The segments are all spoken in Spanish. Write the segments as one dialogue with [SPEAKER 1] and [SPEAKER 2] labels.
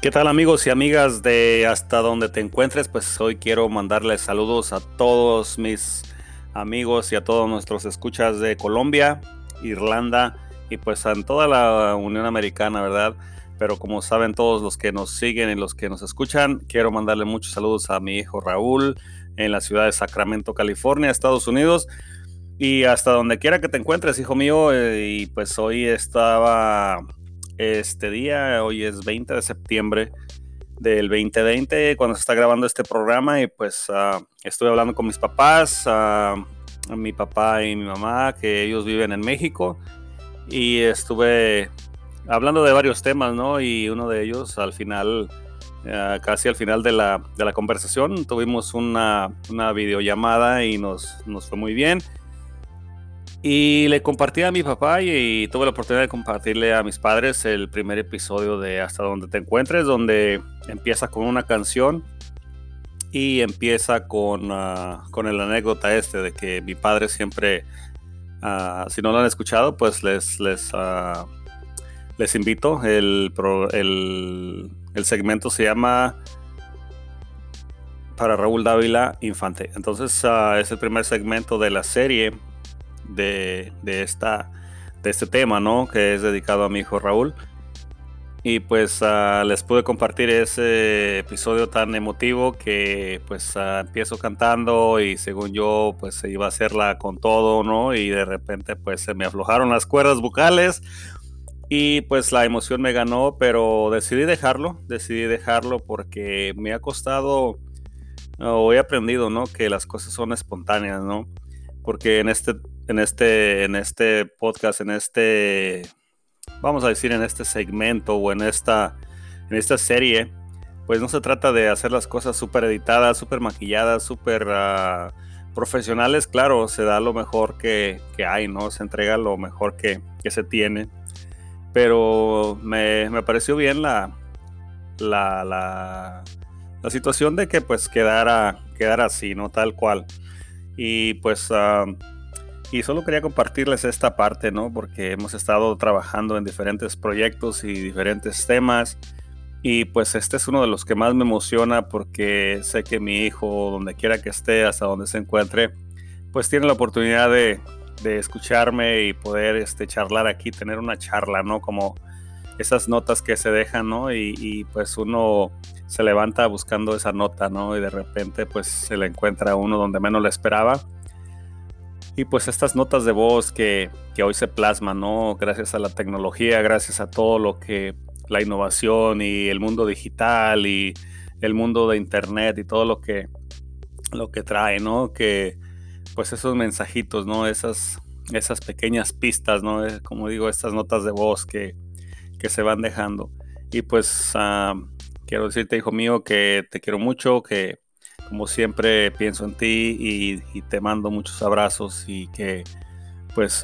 [SPEAKER 1] ¿Qué tal amigos y amigas de hasta donde te encuentres? Pues hoy quiero mandarles saludos a todos mis amigos y a todos nuestros escuchas de Colombia, Irlanda y pues en toda la Unión Americana, ¿verdad? Pero como saben todos los que nos siguen y los que nos escuchan, quiero mandarle muchos saludos a mi hijo Raúl en la ciudad de Sacramento, California, Estados Unidos. Y hasta donde quiera que te encuentres, hijo mío, y pues hoy estaba hoy es 20 de septiembre del 2020 cuando se está grabando este programa y pues estuve hablando con mis papás, mi papá y mi mamá, que ellos viven en México, y estuve hablando de varios temas, ¿no? Y uno de ellos al final, casi al final de la conversación, tuvimos una videollamada y nos fue muy bien. Y le compartí a mi papá y tuve la oportunidad de compartirle a mis padres el primer episodio de Hasta donde te encuentres, donde empieza con una canción y empieza con el anécdota de que mi padre siempre, si no lo han escuchado, pues les invito. El segmento se llama Para Raúl Dávila Infante. Entonces es el primer segmento de la serie de este tema, ¿no? Que es dedicado a mi hijo Raúl. Y pues les pude compartir ese episodio tan emotivo que pues empiezo cantando y según yo pues se iba a hacerla con todo, ¿no? Y de repente pues se me aflojaron las cuerdas vocales y pues la emoción me ganó, pero decidí dejarlo porque me ha costado, o he aprendido, ¿no? Que las cosas son espontáneas, ¿no? Porque en este podcast, vamos a decir, en este segmento o en esta serie, pues no se trata de hacer las cosas súper editadas, súper maquilladas, súper profesionales. Claro, se da lo mejor que hay, ¿no? Se entrega lo mejor que se tiene. Pero me pareció bien la situación de que pues quedara así, ¿no? Tal cual. Y pues y solo quería compartirles esta parte, ¿no? Porque hemos estado trabajando en diferentes proyectos y diferentes temas. Y pues este es uno de los que más me emociona porque sé que mi hijo, donde quiera que esté, hasta donde se encuentre, pues tiene la oportunidad de escucharme y poder charlar aquí, tener una charla, ¿no? Como esas notas que se dejan, ¿no? Y pues uno se levanta buscando esa nota, ¿no? Y de repente pues se la encuentra uno donde menos la esperaba. Y pues estas notas de voz que hoy se plasman, ¿no? Gracias a la tecnología, gracias a todo lo que la innovación y el mundo digital y el mundo de internet y todo lo que trae, ¿no? Que pues esos mensajitos, ¿no? Esas pequeñas pistas, ¿no? Como digo, estas notas de voz que se van dejando. Y pues quiero decirte, hijo mío, que te quiero mucho, que como siempre pienso en ti y te mando muchos abrazos y que pues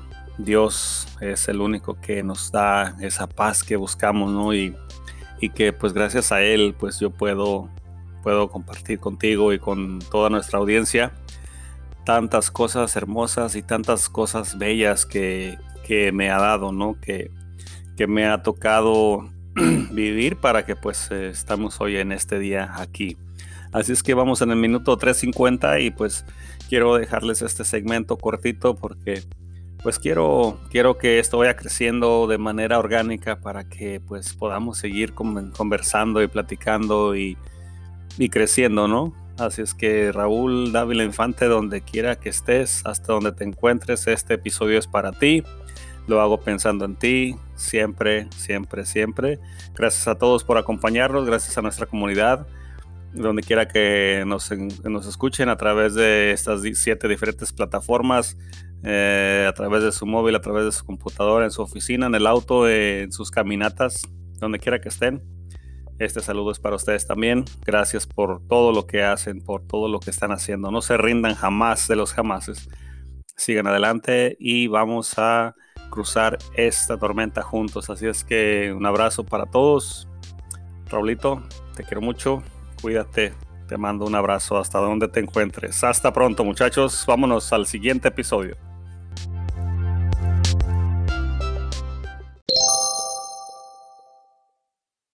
[SPEAKER 1] Dios es el único que nos da esa paz que buscamos, ¿no? Y que pues gracias a Él pues yo puedo compartir contigo y con toda nuestra audiencia tantas cosas hermosas y tantas cosas bellas que me ha dado, ¿no? Que me ha tocado vivir para que pues estamos hoy en este día aquí. Así es que vamos en el minuto 3:50 y pues quiero dejarles este segmento cortito porque pues quiero que esto vaya creciendo de manera orgánica para que pues podamos seguir conversando y platicando y creciendo, ¿no? Así es que Raúl Dávila Infante, donde quiera que estés, hasta donde te encuentres, este episodio es para ti. Lo hago pensando en ti, siempre, siempre, siempre. Gracias a todos por acompañarnos, gracias a nuestra comunidad, donde quiera que nos escuchen a través de estas 7 diferentes plataformas, a través de su móvil, a través de su computadora, en su oficina, en el auto, en sus caminatas, donde quiera que estén. Este saludo es para ustedes también. Gracias por todo lo que hacen, por todo lo que están haciendo. No se rindan jamás de los jamases. Sigan adelante y vamos a cruzar esta tormenta juntos. Así es que un abrazo para todos. Raulito, te quiero mucho. Cuídate. Te mando un abrazo hasta donde te encuentres. Hasta pronto, muchachos. Vámonos al siguiente episodio.